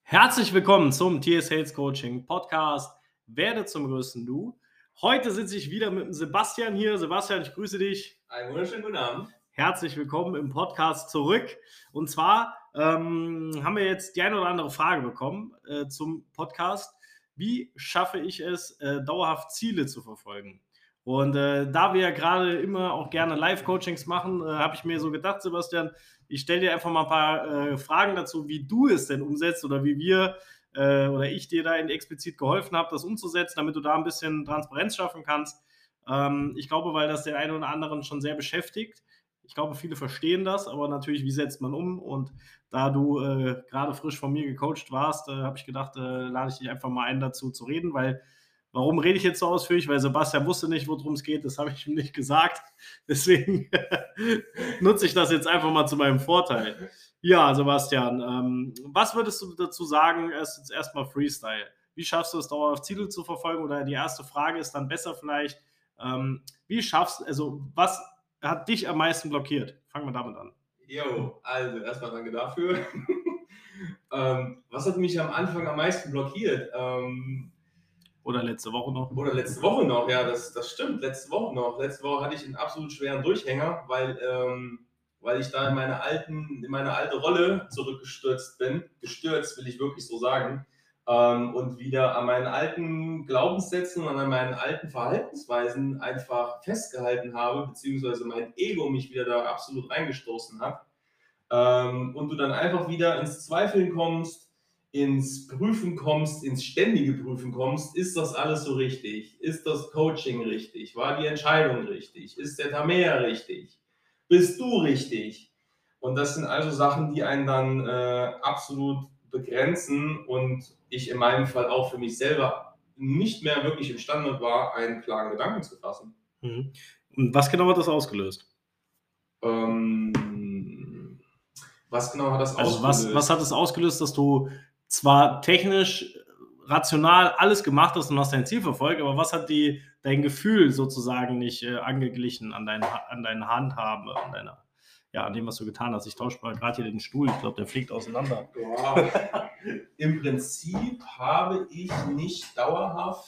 Herzlich willkommen zum TS Sales Coaching Podcast. Werde zum größten Du. Heute sitze ich wieder mit dem Sebastian hier. Sebastian, ich grüße dich. Einen wunderschönen guten Abend. Herzlich willkommen im Podcast zurück. Und zwar haben wir jetzt die eine oder andere Frage bekommen zum Podcast. Wie schaffe ich es, dauerhaft Ziele zu verfolgen? Und da wir ja gerade immer auch gerne Live-Coachings machen, habe ich mir so gedacht, Sebastian, ich stelle dir einfach mal ein paar Fragen dazu, wie du es denn umsetzt oder wie wir oder ich dir da explizit geholfen habe, das umzusetzen, damit du da ein bisschen Transparenz schaffen kannst. Ich glaube, weil das den einen oder anderen schon sehr beschäftigt. Ich glaube, viele verstehen das, aber natürlich, wie setzt man um? Und da du gerade frisch von mir gecoacht warst, habe ich gedacht, lade ich dich einfach mal ein, dazu zu reden, weil warum rede ich jetzt so ausführlich? Weil Sebastian wusste nicht, worum es geht, das habe ich ihm nicht gesagt. Deswegen nutze ich das jetzt einfach mal zu meinem Vorteil. Ja, Sebastian, was würdest du dazu sagen? Erstmal Freestyle. Wie schaffst du es, dauerhaft Ziele zu verfolgen? Oder die erste Frage ist dann besser vielleicht, was hat dich am meisten blockiert? Fangen wir damit an. Also erstmal danke dafür. Was hat mich am Anfang am meisten blockiert? Oder letzte Woche noch? Oder letzte Woche noch, ja, das stimmt, letzte Woche noch. Letzte Woche hatte ich einen absolut schweren Durchhänger, weil ich da in meine alte Rolle zurückgestürzt bin. Gestürzt, will ich wirklich so sagen. Und wieder an meinen alten Glaubenssätzen und an meinen alten Verhaltensweisen einfach festgehalten habe, beziehungsweise mein Ego mich wieder da absolut reingestoßen hat. Und du dann einfach wieder ins Zweifeln kommst, ins Prüfen kommst, ins ständige Prüfen kommst, ist das alles so richtig? Ist das Coaching richtig? War die Entscheidung richtig? Ist der Tamea richtig? Bist du richtig? Und das sind also Sachen, die einen dann absolut begrenzen und ich in meinem Fall auch für mich selber nicht mehr wirklich imstande war, einen klaren Gedanken zu fassen. Mhm. Und was genau hat das ausgelöst? Was genau hat das Also ausgelöst? was hat es ausgelöst, dass du zwar technisch, rational alles gemacht hast und hast dein Ziel verfolgt, aber was hat dein Gefühl sozusagen nicht angeglichen an deine Handhabe, an dem, was du getan hast? Ich tausche mal gerade hier den Stuhl, ich glaube, der fliegt auseinander. Wow. Im Prinzip habe ich nicht dauerhaft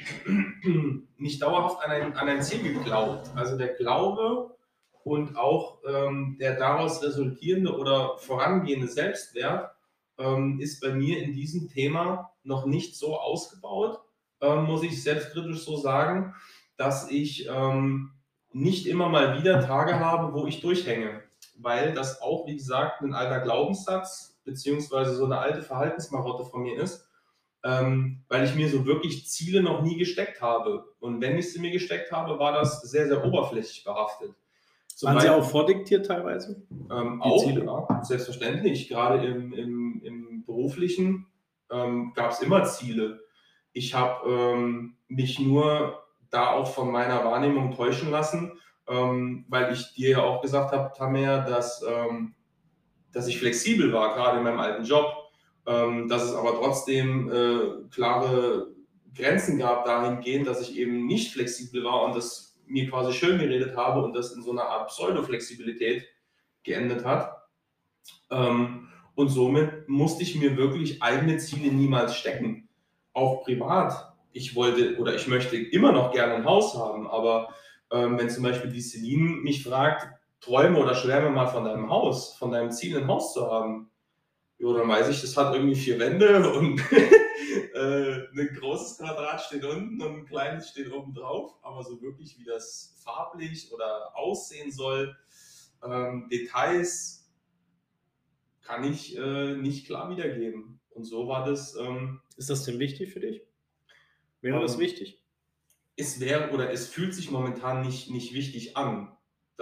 an ein Ziel geglaubt. Also der Glaube und auch der daraus resultierende oder vorangehende Selbstwert ist bei mir in diesem Thema noch nicht so ausgebaut, muss ich selbstkritisch so sagen, dass ich nicht immer mal wieder Tage habe, wo ich durchhänge, weil das auch, wie gesagt, ein alter Glaubenssatz beziehungsweise so eine alte Verhaltensmarotte von mir ist, weil ich mir so wirklich Ziele noch nie gesteckt habe. Und wenn ich sie mir gesteckt habe, war das sehr, sehr oberflächlich behaftet. Waren sie auch vordiktiert teilweise? Auch, Ziele? Ja, selbstverständlich. Gerade im Beruflichen gab es immer Ziele. Ich habe mich nur da auch von meiner Wahrnehmung täuschen lassen, weil ich dir ja auch gesagt habe, Tamer, dass ich flexibel war, gerade in meinem alten Job, dass es aber trotzdem klare Grenzen gab dahingehend, dass ich eben nicht flexibel war und das mir quasi schön geredet habe und das in so einer Art Pseudo-Flexibilität geendet hat. Und somit musste ich mir wirklich eigene Ziele niemals stecken. Auch privat. Ich wollte oder ich möchte immer noch gerne ein Haus haben, aber wenn zum Beispiel die Celine mich fragt, träume oder schwärme mal von deinem Haus, von deinem Ziel, ein Haus zu haben, jo, dann weiß ich, das hat irgendwie 4 Wände und ein großes Quadrat steht unten und ein kleines steht oben drauf, aber so wirklich, wie das farblich oder aussehen soll, Details, kann ich nicht klar wiedergeben. Und so war das. Ist das denn wichtig für dich? Wäre das wichtig? Es wäre oder es fühlt sich momentan nicht wichtig an.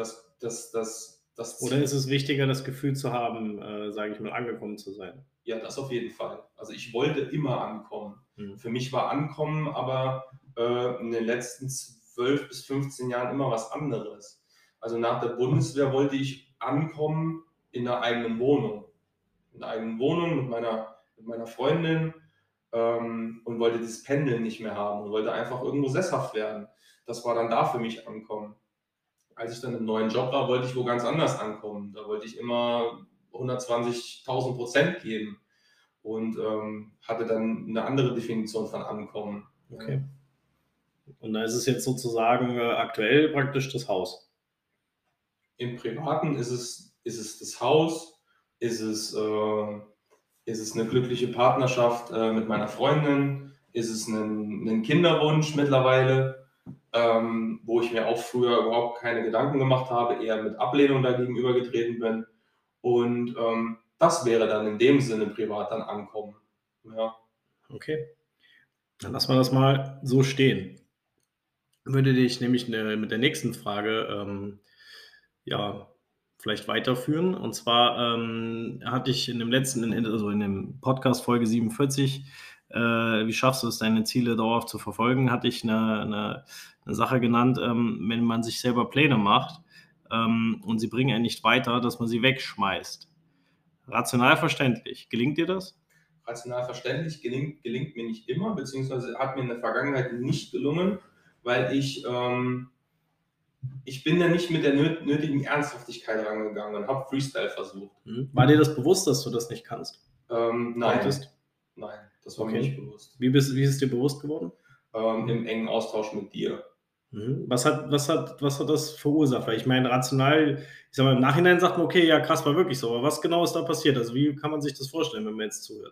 Oder ist es wichtiger, das Gefühl zu haben, sage ich mal, angekommen zu sein? Ja, das auf jeden Fall. Also ich wollte immer ankommen. Für mich war Ankommen aber in den letzten 12 bis 15 Jahren immer was anderes. Also nach der Bundeswehr wollte ich ankommen in einer eigenen Wohnung. In einer eigenen Wohnung mit meiner Freundin und wollte dieses Pendeln nicht mehr haben und wollte einfach irgendwo sesshaft werden. Das war dann da für mich ankommen. Als ich dann im neuen Job war, wollte ich wo ganz anders ankommen. Da wollte ich immer 120.000% geben. und hatte dann eine andere Definition von Ankommen. Okay. Und da ist es jetzt sozusagen aktuell praktisch das Haus. Im Privaten ist es das Haus, ist es eine glückliche Partnerschaft mit meiner Freundin, ist es ein Kinderwunsch mittlerweile, wo ich mir auch früher überhaupt keine Gedanken gemacht habe, eher mit Ablehnung dagegen übergetreten bin. Und das wäre dann in dem Sinne privat dann Ankommen. Ja. Okay. Dann lassen wir das mal so stehen. Würde dich nämlich mit der nächsten Frage vielleicht weiterführen. Und zwar hatte ich in dem Podcast Folge 47, wie schaffst du es, deine Ziele dauerhaft zu verfolgen, hatte ich eine Sache genannt, wenn man sich selber Pläne macht und sie bringen einen nicht weiter, dass man sie wegschmeißt. Rational verständlich. Gelingt dir das? Rational verständlich gelingt mir nicht immer, beziehungsweise hat mir in der Vergangenheit nicht gelungen, weil ich bin ja nicht mit der nötigen Ernsthaftigkeit rangegangen und habe Freestyle versucht. War dir das bewusst, dass du das nicht kannst? Nein, das war mir nicht bewusst. Wie ist es dir bewusst geworden? Im engen Austausch mit dir. Was hat das verursacht? Weil ich meine, rational, ich sag mal, im Nachhinein sagt man, okay, ja krass, war wirklich so, aber was genau ist da passiert? Also wie kann man sich das vorstellen, wenn man jetzt zuhört?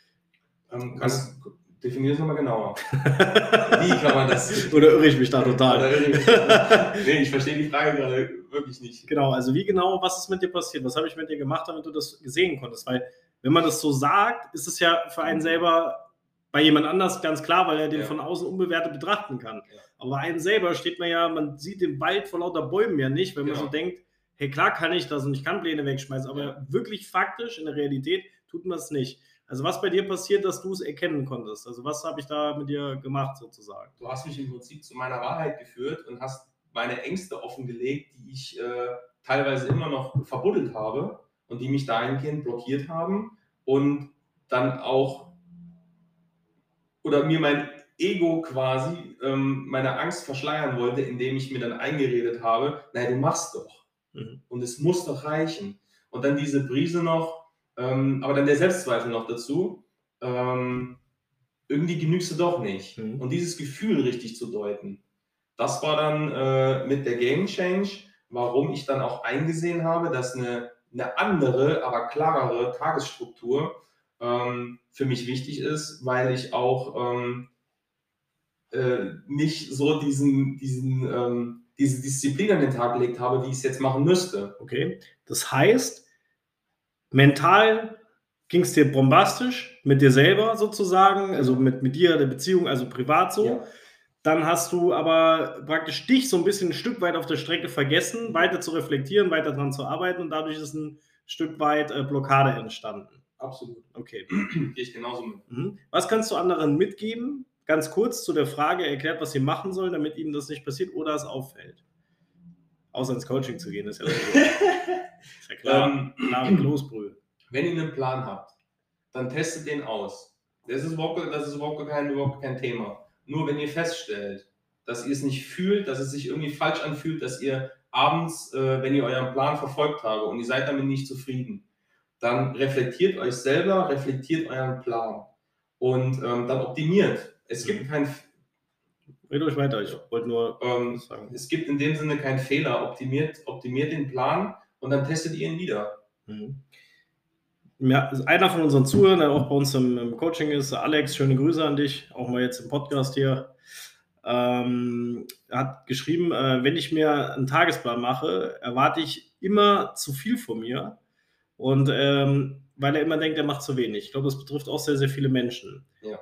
Definier es nochmal genauer. Wie kann man das? Oder irre ich mich da total? Nee, ich verstehe die Frage gerade wirklich nicht. Genau, also was ist mit dir passiert? Was habe ich mit dir gemacht, damit du das sehen konntest? Weil, wenn man das so sagt, ist es ja für einen selber bei jemand anders ganz klar, weil er den von außen unbewertet betrachten kann. Ja. Aber bei einem selber man sieht den Wald vor lauter Bäumen ja nicht, wenn man so denkt, hey, klar kann ich das und ich kann Pläne wegschmeißen, aber wirklich faktisch in der Realität tut man es nicht. Also was bei dir passiert, dass du es erkennen konntest? Also was habe ich da mit dir gemacht sozusagen? Du hast mich im Prinzip zu meiner Wahrheit geführt und hast meine Ängste offengelegt, die ich teilweise immer noch verbuddelt habe und die mich dahingehend blockiert haben und dann auch oder mir mein Ego quasi meine Angst verschleiern wollte, indem ich mir dann eingeredet habe, naja, du machst doch und es muss doch reichen. Und dann diese Brise noch, aber dann der Selbstzweifel noch dazu, irgendwie genügst du doch nicht. Und dieses Gefühl richtig zu deuten, das war dann mit der Game Change, warum ich dann auch eingesehen habe, dass eine andere, aber klarere Tagesstruktur für mich wichtig ist, weil ich auch nicht so diese Disziplin an den Tag gelegt habe, wie ich es jetzt machen müsste. Okay, das heißt, mental ging es dir bombastisch mit dir selber sozusagen, also mit dir, der Beziehung, also privat so. Ja. Dann hast du aber praktisch dich so ein bisschen ein Stück weit auf der Strecke vergessen, weiter zu reflektieren, weiter dran zu arbeiten und dadurch ist ein Stück weit Blockade entstanden. Absolut. Okay. Gehe ich genauso mit. Was kannst du anderen mitgeben? Ganz kurz zu der Frage, erklärt, was sie machen sollen, damit ihnen das nicht passiert oder es auffällt. Außer ins Coaching zu gehen, ist ja so. Ist ja klar, klare Kloßbrühe. Wenn ihr einen Plan habt, dann testet den aus. Das ist überhaupt kein Thema. Nur wenn ihr feststellt, dass ihr es nicht fühlt, dass es sich irgendwie falsch anfühlt, dass ihr abends, wenn ihr euren Plan verfolgt habt und ihr seid damit nicht zufrieden, dann reflektiert euch selber, reflektiert euren Plan und dann optimiert. Es gibt kein... Red euch weiter, ich wollte nur sagen. Es gibt in dem Sinne keinen Fehler. Optimiert den Plan und dann testet ihr ihn wieder. Ja, einer von unseren Zuhörern, der auch bei uns im Coaching ist, Alex, schöne Grüße an dich, auch mal jetzt im Podcast hier, hat geschrieben, wenn ich mir einen Tagesplan mache, erwarte ich immer zu viel von mir und weil er immer denkt, er macht zu wenig. Ich glaube, das betrifft auch sehr, sehr viele Menschen. Ja.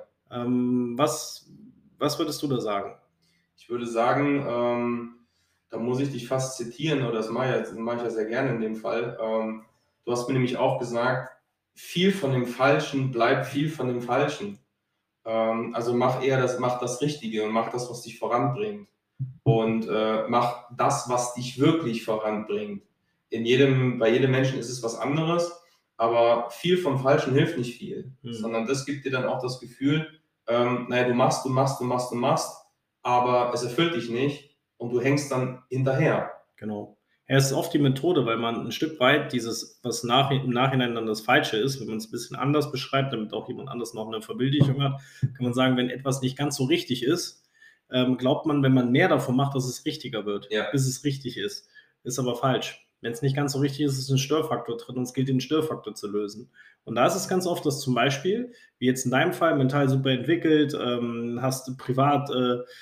Was würdest du da sagen? Ich würde sagen, da muss ich dich fast zitieren, oder das mache ich ja sehr gerne in dem Fall. Du hast mir nämlich auch gesagt, viel von dem Falschen bleibt viel von dem Falschen. Also mach das Richtige und mach das, was dich voranbringt. Und mach das, was dich wirklich voranbringt. Bei jedem Menschen ist es was anderes, aber viel vom Falschen hilft nicht viel. Sondern das gibt dir dann auch das Gefühl, naja, du machst, aber es erfüllt dich nicht und du hängst dann hinterher. Genau. Ja, es ist oft die Methode, weil man ein Stück weit dieses, was im Nachhinein dann das Falsche ist, wenn man es ein bisschen anders beschreibt, damit auch jemand anders noch eine Verbildlichung hat, kann man sagen, wenn etwas nicht ganz so richtig ist, glaubt man, wenn man mehr davon macht, dass es richtiger wird, bis es richtig ist. Ist aber falsch. Wenn es nicht ganz so richtig ist, ist ein Störfaktor drin und es gilt, den Störfaktor zu lösen. Und da ist es ganz oft, dass zum Beispiel, wie jetzt in deinem Fall, mental super entwickelt, hast du privat,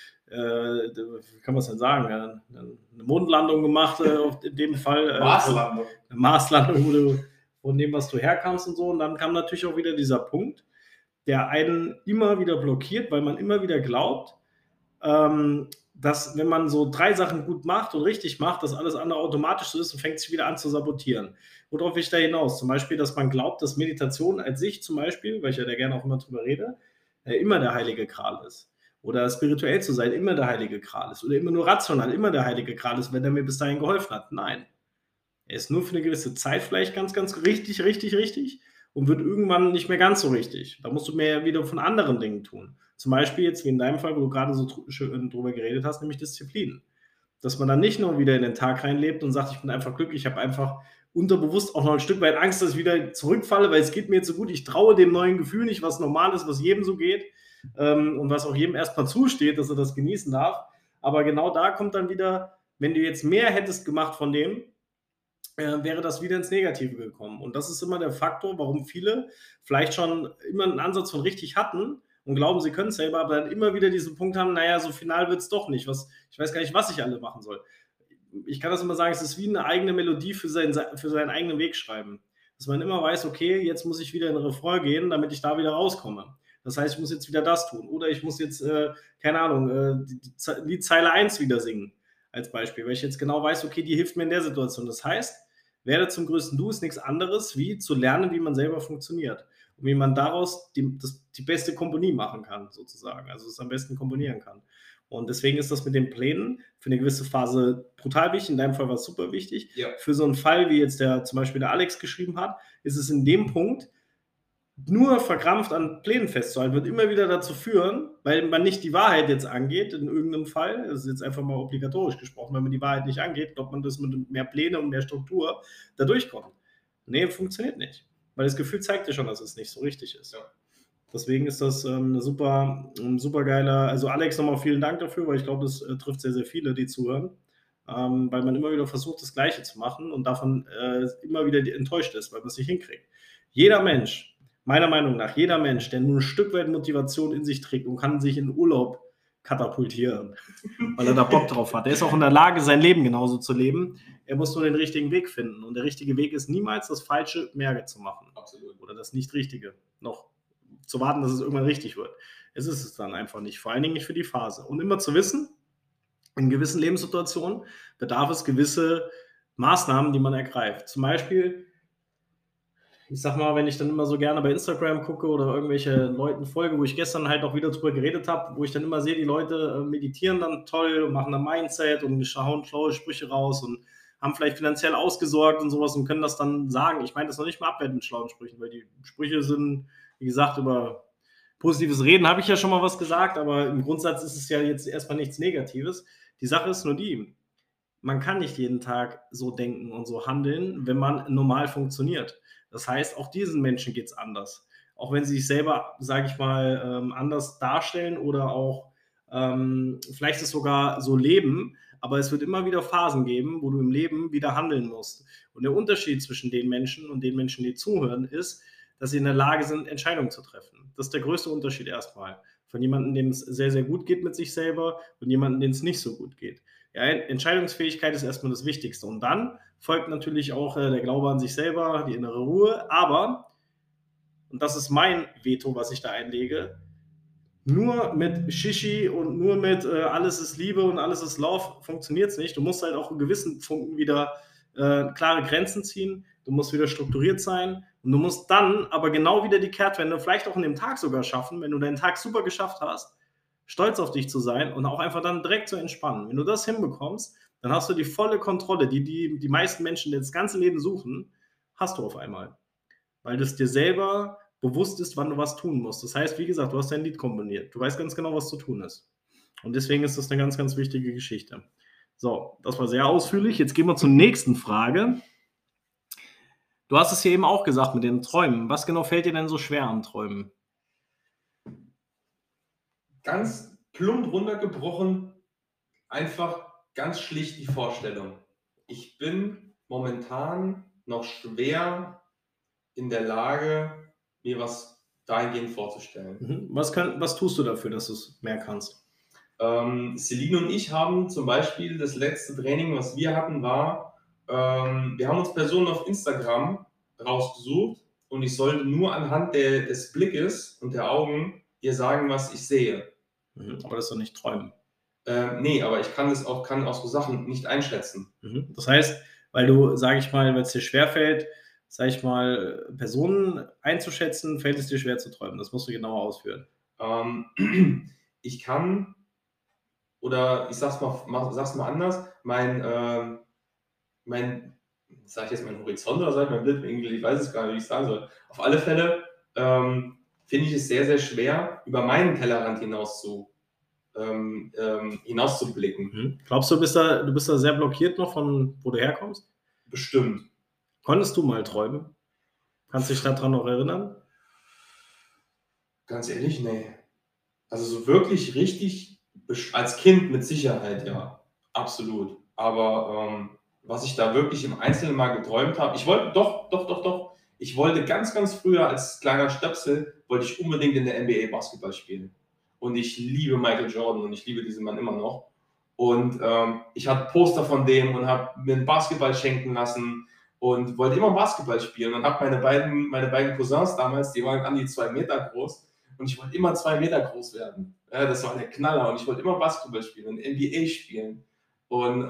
wie kann man es denn sagen, eine Mondlandung gemacht, in dem Fall. Marslandung. Eine Marslandung, von dem, was du herkamst und so. Und dann kam natürlich auch wieder dieser Punkt, der einen immer wieder blockiert, weil man immer wieder glaubt, dass wenn man so 3 Sachen gut macht und richtig macht, dass alles andere automatisch so ist und fängt sich wieder an zu sabotieren. Worauf will ich da hinaus? Zum Beispiel, dass man glaubt, dass Meditation als sich zum Beispiel, weil ich ja da gerne auch immer drüber rede, immer der heilige Gral ist. Oder spirituell zu sein immer der heilige Gral ist. Oder immer nur rational immer der heilige Gral ist, wenn er mir bis dahin geholfen hat. Nein. Er ist nur für eine gewisse Zeit vielleicht ganz, ganz richtig und wird irgendwann nicht mehr ganz so richtig. Da musst du mehr wieder von anderen Dingen tun. Zum Beispiel jetzt wie in deinem Fall, wo du gerade so schön drüber geredet hast, nämlich Disziplin. Dass man dann nicht nur wieder in den Tag reinlebt und sagt, ich bin einfach glücklich, ich habe einfach unterbewusst auch noch ein Stück weit Angst, dass ich wieder zurückfalle, weil es geht mir jetzt so gut, ich traue dem neuen Gefühl nicht, was normal ist, was jedem so geht und was auch jedem erstmal zusteht, dass er das genießen darf. Aber genau da kommt dann wieder, wenn du jetzt mehr hättest gemacht von dem, wäre das wieder ins Negative gekommen. Und das ist immer der Faktor, warum viele vielleicht schon immer einen Ansatz von richtig hatten und glauben, sie können es selber, aber dann immer wieder diesen Punkt haben, naja, so final wird es doch nicht. Ich weiß gar nicht, was ich alle machen soll. Ich kann das immer sagen, es ist wie eine eigene Melodie für seinen eigenen Weg schreiben. Dass man immer weiß, okay, jetzt muss ich wieder in Refrain gehen, damit ich da wieder rauskomme. Das heißt, ich muss jetzt wieder das tun. Oder ich muss jetzt, keine Ahnung, die Liedzeile 1 wieder singen, als Beispiel, weil ich jetzt genau weiß, okay, die hilft mir in der Situation. Das heißt, werde zum größten Du ist nichts anderes, wie zu lernen, wie man selber funktioniert und wie man daraus die beste Komponie machen kann, sozusagen, also es am besten komponieren kann. Und deswegen ist das mit den Plänen für eine gewisse Phase brutal wichtig. In deinem Fall war es super wichtig. Ja. Für so einen Fall, wie jetzt zum Beispiel der Alex geschrieben hat, ist es in dem Punkt, nur verkrampft an Plänen festzuhalten, wird immer wieder dazu führen, weil man nicht die Wahrheit jetzt angeht, in irgendeinem Fall, das ist jetzt einfach mal obligatorisch gesprochen, wenn man die Wahrheit nicht angeht, glaubt man, dass man mit mehr Pläne und mehr Struktur da durchkommt. Nee, funktioniert nicht. Weil das Gefühl zeigt dir schon, dass es nicht so richtig ist. Ja. Deswegen ist das ein super geiler, also Alex, nochmal vielen Dank dafür, weil ich glaube, das trifft sehr, sehr viele, die zuhören, weil man immer wieder versucht, das Gleiche zu machen und davon immer wieder enttäuscht ist, weil man es nicht hinkriegt. Jeder Mensch, meiner Meinung nach, jeder Mensch, der nur ein Stück weit Motivation in sich trägt und kann sich in Urlaub katapultieren, weil er da Bock drauf hat. Der ist auch in der Lage, sein Leben genauso zu leben. Er muss nur den richtigen Weg finden. Und der richtige Weg ist niemals, das Falsche mehr zu machen. Absolut. Oder das Nicht-Richtige noch zu warten, dass es irgendwann richtig wird. Es ist es dann einfach nicht. Vor allen Dingen nicht für die Phase. Und immer zu wissen, in gewissen Lebenssituationen bedarf es gewisse Maßnahmen, die man ergreift. Zum Beispiel, ich sag mal, wenn ich dann immer so gerne bei Instagram gucke oder irgendwelche Leuten folge, wo ich gestern halt auch wieder drüber geredet habe, wo ich dann immer sehe, die Leute meditieren dann toll und machen ein Mindset und hauen schlaue Sprüche raus und haben vielleicht finanziell ausgesorgt und sowas und können das dann sagen. Ich meine das noch nicht mal abwerten mit schlauen Sprüchen, weil die Sprüche sind, wie gesagt, über positives Reden habe ich ja schon mal was gesagt, aber im Grundsatz ist es ja jetzt erstmal nichts Negatives. Die Sache ist nur die, man kann nicht jeden Tag so denken und so handeln, wenn man normal funktioniert. Das heißt, auch diesen Menschen geht es anders. Auch wenn sie sich selber, sage ich mal, anders darstellen oder auch vielleicht es sogar so leben, aber es wird immer wieder Phasen geben, wo du im Leben wieder handeln musst. Und der Unterschied zwischen den Menschen und den Menschen, die zuhören, ist, dass sie in der Lage sind, Entscheidungen zu treffen. Das ist der größte Unterschied erstmal. Von jemandem, dem es sehr, sehr gut geht mit sich selber und jemandem, dem es nicht so gut geht. Ja, Entscheidungsfähigkeit ist erstmal das Wichtigste. Und dann folgt natürlich auch der Glaube an sich selber, die innere Ruhe. Aber, und das ist mein Veto, was ich da einlege, nur mit Shishi und nur mit alles ist Liebe und alles ist Love funktioniert es nicht. Du musst halt auch in gewissen Punkten wieder klare Grenzen ziehen. Du musst wieder strukturiert sein. Und du musst dann aber genau wieder die Kehrtwende, vielleicht auch in dem Tag sogar schaffen, wenn du deinen Tag super geschafft hast, stolz auf dich zu sein und auch einfach dann direkt zu entspannen. Wenn du das hinbekommst, dann hast du die volle Kontrolle, die meisten Menschen das ganze Leben suchen, hast du auf einmal. Weil es dir selber bewusst ist, wann du was tun musst. Das heißt, wie gesagt, du hast dein Lied komponiert. Du weißt ganz genau, was zu tun ist. Und deswegen ist das eine ganz, ganz wichtige Geschichte. So, das war sehr ausführlich. Jetzt gehen wir zur nächsten Frage. Du hast es hier eben auch gesagt mit den Träumen. Was genau fällt dir denn so schwer am Träumen? Ganz plump runtergebrochen, einfach ganz schlicht die Vorstellung. Ich bin momentan noch schwer in der Lage, mir was dahingehend vorzustellen. Was tust du dafür, dass du es mehr kannst? Celine und ich haben zum Beispiel das letzte Training, was wir hatten, war, wir haben uns Personen auf Instagram rausgesucht und ich sollte nur anhand des Blickes und der Augen ihr sagen, was ich sehe. Aber das ist doch nicht träumen. Nee, aber ich kann auch so Sachen nicht einschätzen. Das heißt, weil du, sage ich mal, wenn es dir schwerfällt, sage ich mal, Personen einzuschätzen, fällt es dir schwer zu träumen. Das musst du genauer ausführen. Ich kann, oder ich sag's mal anders, mein Horizont oder mein Blickwinkel, ich weiß es gar nicht, wie ich sagen soll. Auf alle Fälle finde ich es sehr, sehr schwer, über meinen Tellerrand hinauszublicken. Glaubst du, du bist da sehr blockiert noch von, wo du herkommst? Bestimmt. Konntest du mal träumen? Kannst du dich daran noch erinnern? Ganz ehrlich, nee. Also so wirklich richtig, als Kind mit Sicherheit, ja. Absolut. Aber was ich da wirklich im Einzelnen mal geträumt habe, ich wollte, doch. Ich wollte ganz, ganz früher als kleiner Stöpsel, wollte ich unbedingt in der NBA Basketball spielen. Und ich liebe Michael Jordan und ich liebe diesen Mann immer noch. Und ich hatte Poster von dem und habe mir einen Basketball schenken lassen und wollte immer Basketball spielen. Und habe meine beiden Cousins damals, die waren an die 2 Meter groß und ich wollte immer 2 Meter groß werden. Ja, das war der Knaller und ich wollte immer Basketball spielen und NBA spielen. Und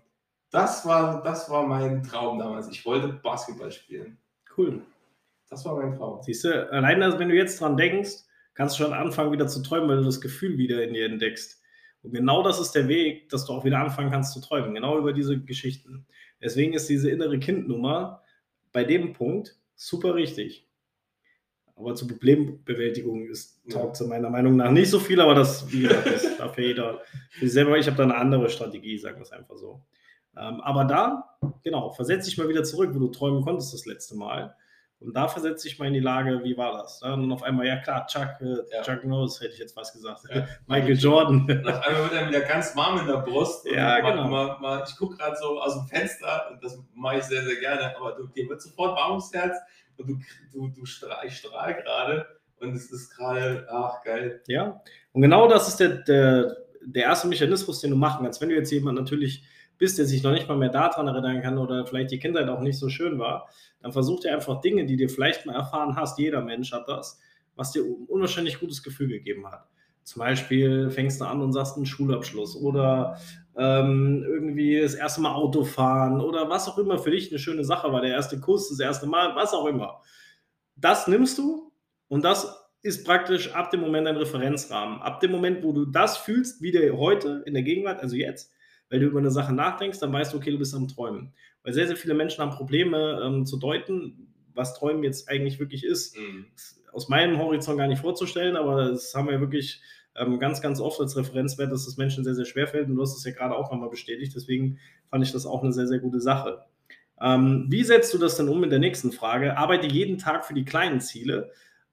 das war mein Traum damals. Ich wollte Basketball spielen. Cool. Das war mein Traum. Siehst du, allein wenn du jetzt dran denkst, kannst du schon anfangen, wieder zu träumen, weil du das Gefühl wieder in dir entdeckst. Und genau das ist der Weg, dass du auch wieder anfangen kannst zu träumen. Genau über diese Geschichten. Deswegen ist diese innere Kindnummer bei dem Punkt super richtig. Aber zur Problembewältigung taugt sie meiner Meinung nach nicht so viel, aber das, wie gesagt, ist dafür jeder für sich selber. Ich habe da eine andere Strategie, sagen wir es einfach so. Aber da, genau, versetz dich mal wieder zurück, wo du träumen konntest das letzte Mal. Und da versetze ich mal in die Lage, wie war das? Und auf einmal, ja klar, Chuck Norris, hätte ich jetzt was gesagt. Ja. Michael Jordan. Nach einmal wird er wieder ganz warm in der Brust. Ja, genau. Ich gucke gerade so aus dem Fenster und das mache ich sehr, sehr gerne. Aber dir wird sofort warm ums Herz und ich strahle gerade und es ist gerade, ach geil. Ja, und genau das ist der erste Mechanismus, den du machen kannst. Wenn du jetzt jemand natürlich bist, der sich noch nicht mal mehr daran erinnern kann oder vielleicht die Kindheit auch nicht so schön war, dann versuch dir einfach Dinge, die dir vielleicht mal erfahren hast, jeder Mensch hat das, was dir ein unwahrscheinlich gutes Gefühl gegeben hat. Zum Beispiel fängst du an und sagst einen Schulabschluss oder irgendwie das erste Mal Auto fahren oder was auch immer für dich eine schöne Sache war, der erste Kuss, das erste Mal, was auch immer. Das nimmst du und das ist praktisch ab dem Moment ein Referenzrahmen. Ab dem Moment, wo du das fühlst, wie der heute, in der Gegenwart, also jetzt, weil du über eine Sache nachdenkst, dann weißt du, okay, du bist am Träumen. Weil sehr, sehr viele Menschen haben Probleme zu deuten, was Träumen jetzt eigentlich wirklich ist. Aus meinem Horizont gar nicht vorzustellen, aber das haben wir wirklich ganz, ganz oft als Referenzwert, dass das Menschen sehr, sehr schwer fällt. Und du hast es ja gerade auch nochmal bestätigt. Deswegen fand ich das auch eine sehr, sehr gute Sache. Wie setzt du das denn um in der nächsten Frage? Arbeite jeden Tag für die kleinen Ziele,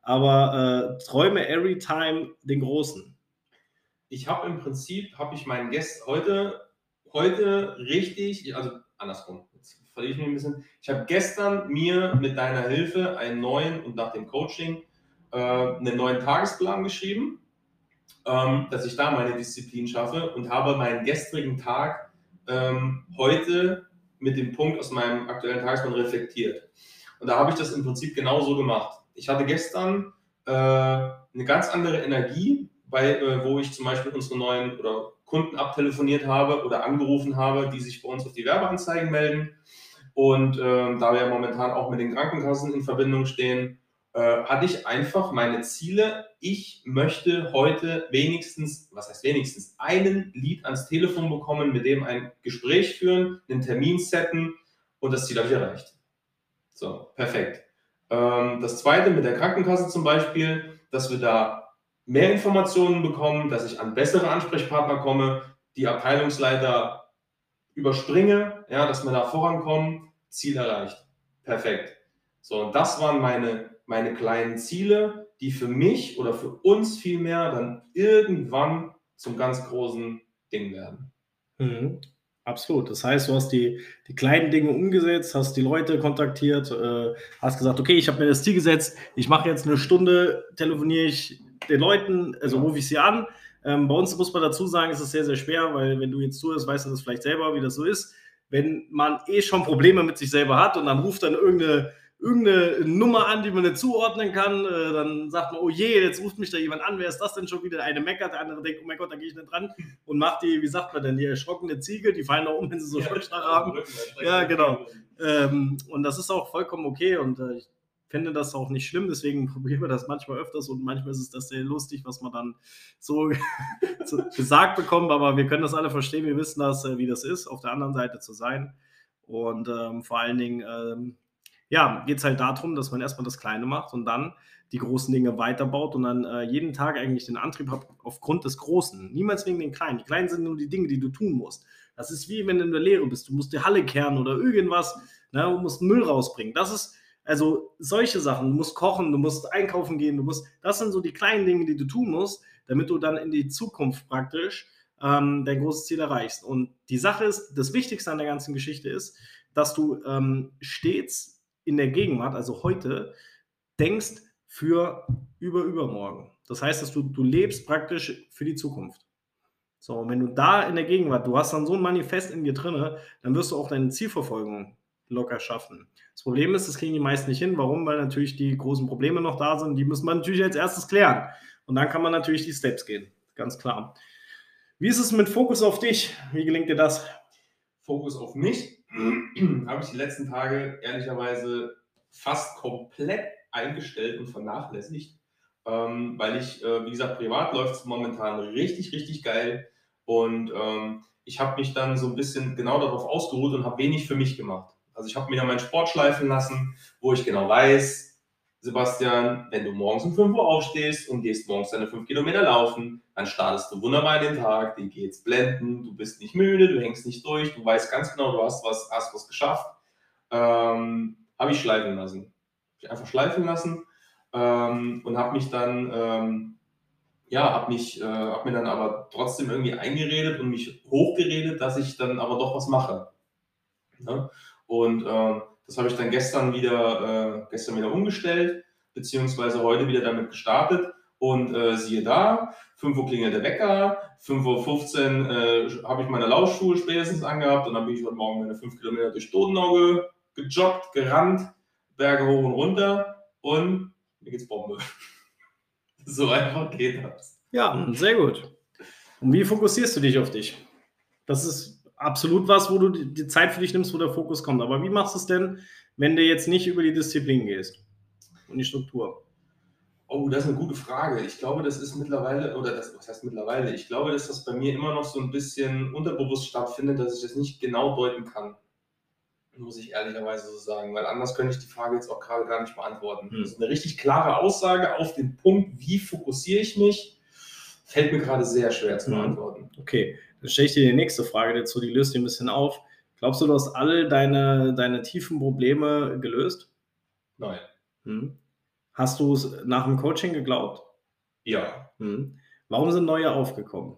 aber träume every time den großen. Ich habe im Prinzip, meinen Gästen heute richtig, also andersrum, jetzt verliere ich mich ein bisschen. Ich habe gestern mir mit deiner Hilfe einen neuen und nach dem Coaching einen neuen Tagesplan geschrieben, dass ich da meine Disziplin schaffe und habe meinen gestrigen Tag heute mit dem Punkt aus meinem aktuellen Tagesplan reflektiert. Und da habe ich das im Prinzip genauso gemacht. Ich hatte gestern eine ganz andere Energie, wo ich zum Beispiel unsere neuen oder Kunden abtelefoniert habe oder angerufen habe, die sich bei uns auf die Werbeanzeigen melden. Und da wir momentan auch mit den Krankenkassen in Verbindung stehen, hatte ich einfach meine Ziele. Ich möchte heute wenigstens einen Lead ans Telefon bekommen, mit dem ein Gespräch führen, einen Termin setten und das Ziel habe ich erreicht. So, perfekt. Das zweite mit der Krankenkasse zum Beispiel, dass wir da mehr Informationen bekommen, dass ich an bessere Ansprechpartner komme. Die Abteilungsleiter überspringe, ja, dass wir da vorankommen, Ziel erreicht. Perfekt. So, und das waren meine kleinen Ziele, die für mich oder für uns vielmehr dann irgendwann zum ganz großen Ding werden. Mhm. Absolut. Das heißt, du hast die kleinen Dinge umgesetzt, hast die Leute kontaktiert, hast gesagt, okay, ich habe mir das Ziel gesetzt, ich mache jetzt eine Stunde, telefoniere ich den Leuten, also Ja. rufe ich sie an. Bei uns muss man dazu sagen, ist es sehr, sehr schwer, weil wenn du jetzt zuhörst, weißt du das vielleicht selber, wie das so ist. Wenn man schon Probleme mit sich selber hat und dann ruft dann irgendeine Nummer an, die man nicht zuordnen kann, dann sagt man, oh je, jetzt ruft mich da jemand an, wer ist das denn schon wieder? Der eine meckert, der andere denkt, oh mein Gott, da gehe ich nicht dran und macht die, wie sagt man denn, die erschrockene Ziege, die fallen da um, wenn sie so Schockstarre haben. Ja, genau. Und das ist auch vollkommen okay und ich finde das auch nicht schlimm, deswegen probieren wir das manchmal öfters und manchmal ist es das sehr lustig, was man dann so gesagt bekommt, aber wir können das alle verstehen, wir wissen das, wie das ist, auf der anderen Seite zu sein und vor allen Dingen ja, geht es halt darum, dass man erstmal das Kleine macht und dann die großen Dinge weiterbaut und dann jeden Tag eigentlich den Antrieb hat aufgrund des Großen. Niemals wegen den Kleinen. Die Kleinen sind nur die Dinge, die du tun musst. Das ist wie wenn du in der Lehre bist. Du musst die Halle kehren oder irgendwas. Ne? Du musst Müll rausbringen. Das ist also solche Sachen. Du musst kochen, du musst einkaufen gehen. Das sind so die kleinen Dinge, die du tun musst, damit du dann in die Zukunft praktisch dein großes Ziel erreichst. Und die Sache ist, das Wichtigste an der ganzen Geschichte ist, dass du stets in der Gegenwart, also heute, denkst für übermorgen. Das heißt, dass du lebst praktisch für die Zukunft. So, und wenn du da in der Gegenwart, du hast dann so ein Manifest in dir drin, dann wirst du auch deine Zielverfolgung locker schaffen. Das Problem ist, das kriegen die meisten nicht hin. Warum? Weil natürlich die großen Probleme noch da sind. Die muss man natürlich als erstes klären. Und dann kann man natürlich die Steps gehen. Ganz klar. Wie ist es mit Fokus auf dich? Wie gelingt dir das? Fokus auf mich habe ich die letzten Tage ehrlicherweise fast komplett eingestellt und vernachlässigt, weil ich, wie gesagt, privat läuft es momentan richtig, richtig geil und ich habe mich dann so ein bisschen genau darauf ausgeruht und habe wenig für mich gemacht. Also ich habe mir dann meinen Sport schleifen lassen, wo ich genau weiß, Sebastian, wenn du morgens um 5 Uhr aufstehst und gehst morgens deine 5 Kilometer laufen, dann startest du wunderbar in den Tag, dir geht's blenden, du bist nicht müde, du hängst nicht durch, du weißt ganz genau, du hast was geschafft. Habe ich schleifen lassen. Habe ich einfach schleifen lassen und habe mich dann, hab mir dann aber trotzdem irgendwie eingeredet und mich hochgeredet, dass ich dann aber doch was mache. Ne? Und das habe ich dann gestern wieder umgestellt, beziehungsweise heute wieder damit gestartet. Und siehe da, 5 Uhr klingelt der Wecker, 5:15 Uhr habe ich meine Laufschuhe spätestens angehabt und dann bin ich heute Morgen meine 5 Kilometer durch Donau gejoggt, gerannt, Berge hoch und runter und mir geht's Bombe. So einfach geht das. Ja, sehr gut. Und wie fokussierst du dich auf dich? Das ist absolut was, wo du die Zeit für dich nimmst, wo der Fokus kommt. Aber wie machst du es denn, wenn du jetzt nicht über die Disziplin gehst und die Struktur? Oh, das ist eine gute Frage. Ich glaube, das ist mittlerweile, oder das, was heißt mittlerweile? Ich glaube, dass das bei mir immer noch so ein bisschen unterbewusst stattfindet, dass ich das nicht genau deuten kann. Muss ich ehrlicherweise so sagen, weil anders könnte ich die Frage jetzt auch gerade gar nicht beantworten. Also eine richtig klare Aussage auf den Punkt, wie fokussiere ich mich, fällt mir gerade sehr schwer zu beantworten. Okay, dann stelle ich dir die nächste Frage dazu, die löst dir ein bisschen auf. Glaubst du, du hast alle deine tiefen Probleme gelöst? Nein. Hast du es nach dem Coaching geglaubt? Ja. Warum sind neue aufgekommen?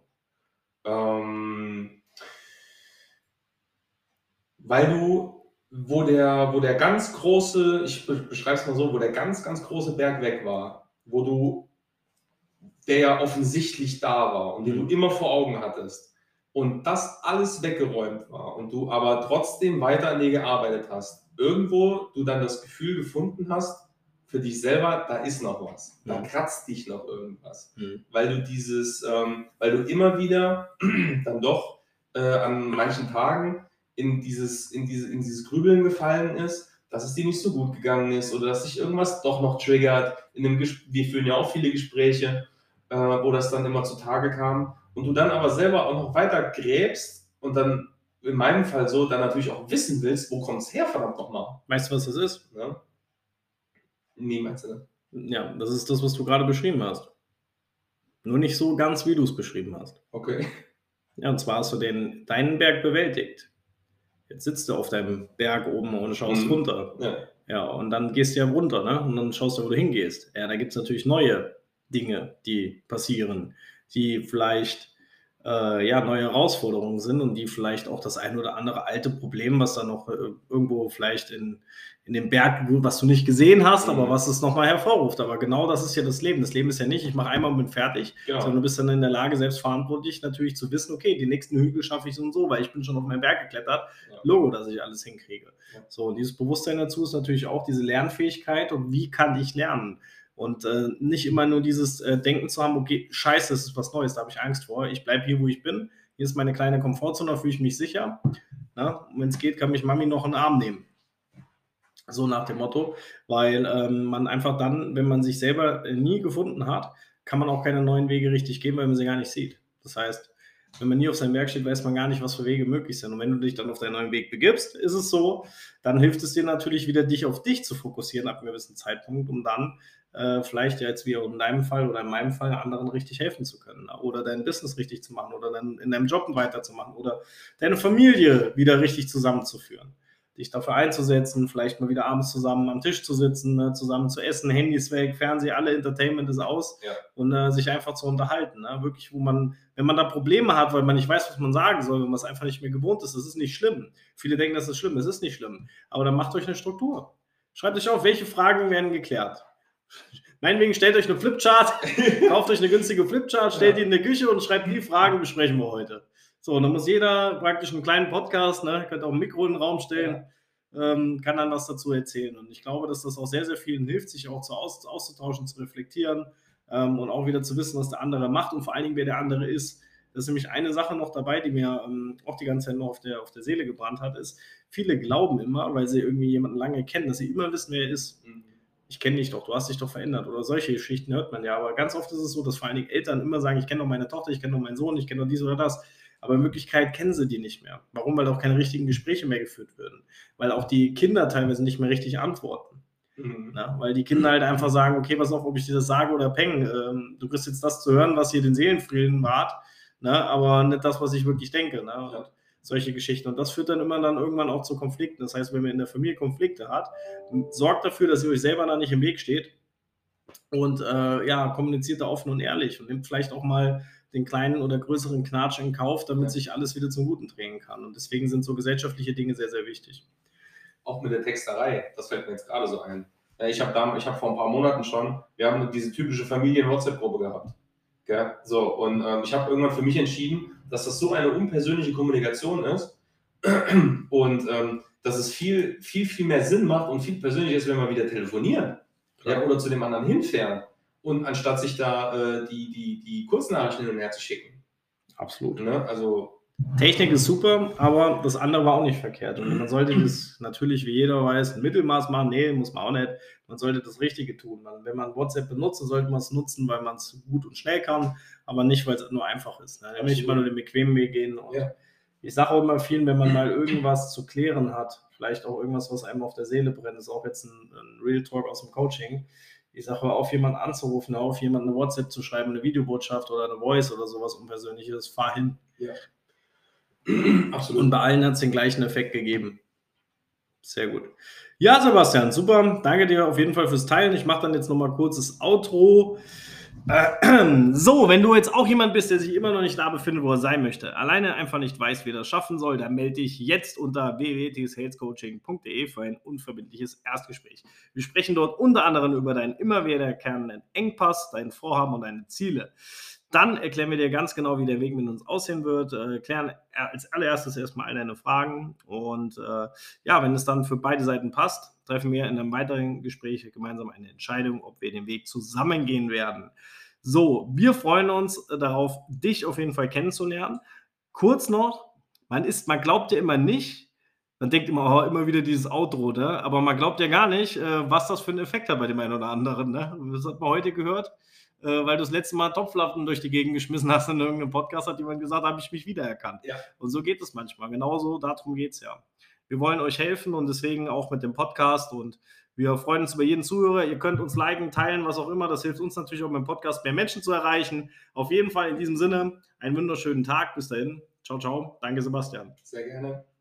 Weil du, wo der ganz große, ich beschreibe es mal so, wo der ganz, ganz große Berg weg war, der ja offensichtlich da war und den du immer vor Augen hattest und das alles weggeräumt war und du aber trotzdem weiter an dir gearbeitet hast, irgendwo du dann das Gefühl gefunden hast, für dich selber, da ist noch was, da kratzt dich noch irgendwas, weil du immer wieder dann doch an manchen Tagen in dieses Grübeln gefallen ist, dass es dir nicht so gut gegangen ist oder dass sich irgendwas doch noch triggert. Wir führen ja auch viele Gespräche, wo das dann immer zutage kam und du dann aber selber auch noch weiter gräbst und dann in meinem Fall so dann natürlich auch wissen willst, wo kommt es her, verdammt nochmal. Weißt du, was das ist? Ja? Nee, meinst du nicht? Ja, das ist das, was du gerade beschrieben hast. Nur nicht so ganz, wie du es beschrieben hast. Okay. Ja, und zwar hast du deinen Berg bewältigt. Jetzt sitzt du auf deinem Berg oben und schaust runter. Ja. Ja, und dann gehst du ja runter, ne? Und dann schaust du, wo du hingehst. Ja, da gibt es natürlich neue Dinge, die passieren, die vielleicht neue Herausforderungen sind und die vielleicht auch das ein oder andere alte Problem, was da noch irgendwo vielleicht in dem Berg, was du nicht gesehen hast, aber was es nochmal hervorruft. Aber genau das ist ja das Leben. Das Leben ist ja nicht, ich mache einmal und bin fertig, sondern du bist dann in der Lage, selbstverantwortlich natürlich zu wissen, okay, die nächsten Hügel schaffe ich so und so, weil ich bin schon auf meinen Berg geklettert. Logo, dass ich alles hinkriege. So, und dieses Bewusstsein dazu ist natürlich auch diese Lernfähigkeit und wie kann ich lernen? Und nicht immer nur dieses Denken zu haben, okay, scheiße, das ist was Neues, da habe ich Angst vor. Ich bleibe hier, wo ich bin. Hier ist meine kleine Komfortzone, da fühle ich mich sicher. Na? Und wenn es geht, kann mich Mami noch in den Arm nehmen. So nach dem Motto, weil man einfach dann, wenn man sich selber nie gefunden hat, kann man auch keine neuen Wege richtig gehen, weil man sie gar nicht sieht. Das heißt, wenn man nie auf seinem Berg steht, weiß man gar nicht, was für Wege möglich sind. Und wenn du dich dann auf deinen neuen Weg begibst, ist es so, dann hilft es dir natürlich wieder, dich auf dich zu fokussieren ab einem gewissen Zeitpunkt, um dann vielleicht ja jetzt wie in deinem Fall oder in meinem Fall anderen richtig helfen zu können oder dein Business richtig zu machen oder dann in deinem Job weiterzumachen oder deine Familie wieder richtig zusammenzuführen. Dich dafür einzusetzen, vielleicht mal wieder abends zusammen am Tisch zu sitzen, ne, zusammen zu essen, Handys weg, Fernseher, alle Entertainment ist aus und sich einfach zu unterhalten. Ne? Wirklich, wo man, wenn man da Probleme hat, weil man nicht weiß, was man sagen soll, wenn man es einfach nicht mehr gewohnt ist, das ist nicht schlimm. Viele denken, das ist schlimm, es ist nicht schlimm. Aber dann macht euch eine Struktur. Schreibt euch auf, welche Fragen werden geklärt. Meinetwegen stellt euch eine Flipchart, kauft euch eine günstige Flipchart, stellt die in die Küche und schreibt die Fragen, besprechen wir heute. So, und dann muss jeder praktisch einen kleinen Podcast, ne, könnt auch ein Mikro in den Raum stellen, kann dann was dazu erzählen. Und ich glaube, dass das auch sehr, sehr vielen hilft, sich auch auszutauschen, zu reflektieren und auch wieder zu wissen, was der andere macht und vor allen Dingen, wer der andere ist. Das ist nämlich eine Sache noch dabei, die mir auch die ganze Zeit noch auf der Seele gebrannt hat, ist, viele glauben immer, weil sie irgendwie jemanden lange kennen, dass sie immer wissen, wer er ist. Ich kenne dich doch, du hast dich doch verändert. Oder solche Geschichten hört man ja. Aber ganz oft ist es so, dass vor allen Dingen Eltern immer sagen, ich kenne doch meine Tochter, ich kenne doch meinen Sohn, ich kenne doch dies oder das. Aber in Wirklichkeit kennen sie die nicht mehr. Warum? Weil auch keine richtigen Gespräche mehr geführt werden. Weil auch die Kinder teilweise nicht mehr richtig antworten. Na, weil die Kinder halt einfach sagen, okay, pass auf, ob ich dir das sage oder peng. Du kriegst jetzt das zu hören, was hier den Seelenfrieden wahrt, aber nicht das, was ich wirklich denke. Und solche Geschichten. Und das führt dann immer dann irgendwann auch zu Konflikten. Das heißt, wenn man in der Familie Konflikte hat, sorgt dafür, dass ihr euch selber da nicht im Weg steht und kommuniziert da offen und ehrlich und nimmt vielleicht auch mal den kleinen oder größeren Knatsch in Kauf, damit sich alles wieder zum Guten drehen kann. Und deswegen sind so gesellschaftliche Dinge sehr, sehr wichtig. Auch mit der Texterei, das fällt mir jetzt gerade so ein. Ich habe vor ein paar Monaten wir haben diese typische Familien-WhatsApp-Gruppe gehabt. Gell? So, und ich habe irgendwann für mich entschieden, dass das so eine unpersönliche Kommunikation ist und dass es viel, viel, viel mehr Sinn macht und viel persönlicher ist, wenn wir wieder telefonieren oder zu dem anderen hinfahren und anstatt sich da die Kurznachrichten hin und her zu schicken. Absolut. Ne? Also Technik ist super, aber das andere war auch nicht verkehrt. Und man sollte das natürlich, wie jeder weiß, ein Mittelmaß machen. Nee, muss man auch nicht. Man sollte das Richtige tun. Wenn man WhatsApp benutzt, dann sollte man es nutzen, weil man es gut und schnell kann, aber nicht, weil es nur einfach ist. Ne? Nicht immer nur den bequemen Weg gehen. Und ich sage auch immer vielen, wenn man mal irgendwas zu klären hat, vielleicht auch irgendwas, was einem auf der Seele brennt, ist auch jetzt ein Real Talk aus dem Coaching. Ich sage, hör auf, jemanden anzurufen, hör auf, jemanden eine WhatsApp zu schreiben, eine Videobotschaft oder eine Voice oder sowas Unpersönliches, fahr hin. Ja. Absolut. Und bei allen hat es den gleichen Effekt gegeben. Sehr gut. Ja, Sebastian, super. Danke dir auf jeden Fall fürs Teilen. Ich mache dann jetzt nochmal kurz das Outro. So, wenn du jetzt auch jemand bist, der sich immer noch nicht da befindet, wo er sein möchte, alleine einfach nicht weiß, wie er das schaffen soll, dann melde dich jetzt unter www.salescoaching.de für ein unverbindliches Erstgespräch. Wir sprechen dort unter anderem über deinen immer wiederkehrenden Engpass, dein Vorhaben und deine Ziele. Dann erklären wir dir ganz genau, wie der Weg mit uns aussehen wird, klären als allererstes erstmal all deine Fragen und wenn es dann für beide Seiten passt, treffen wir in einem weiteren Gespräch gemeinsam eine Entscheidung, ob wir den Weg zusammengehen werden. So, wir freuen uns darauf, dich auf jeden Fall kennenzulernen. Kurz noch, man glaubt ja immer nicht, man denkt immer wieder dieses Outro, ne? Aber man glaubt ja gar nicht, was das für einen Effekt hat bei dem einen oder anderen. Ne? Das hat man heute gehört. Weil du das letzte Mal Topflappen durch die Gegend geschmissen hast in irgendeinem Podcast, hat jemand gesagt, habe ich mich wiedererkannt. Ja. Und so geht es manchmal. Genauso, darum geht es ja. Wir wollen euch helfen und deswegen auch mit dem Podcast und wir freuen uns über jeden Zuhörer. Ihr könnt uns liken, teilen, was auch immer. Das hilft uns natürlich auch mit dem Podcast, mehr Menschen zu erreichen. Auf jeden Fall in diesem Sinne einen wunderschönen Tag. Bis dahin. Ciao, ciao. Danke, Sebastian. Sehr gerne.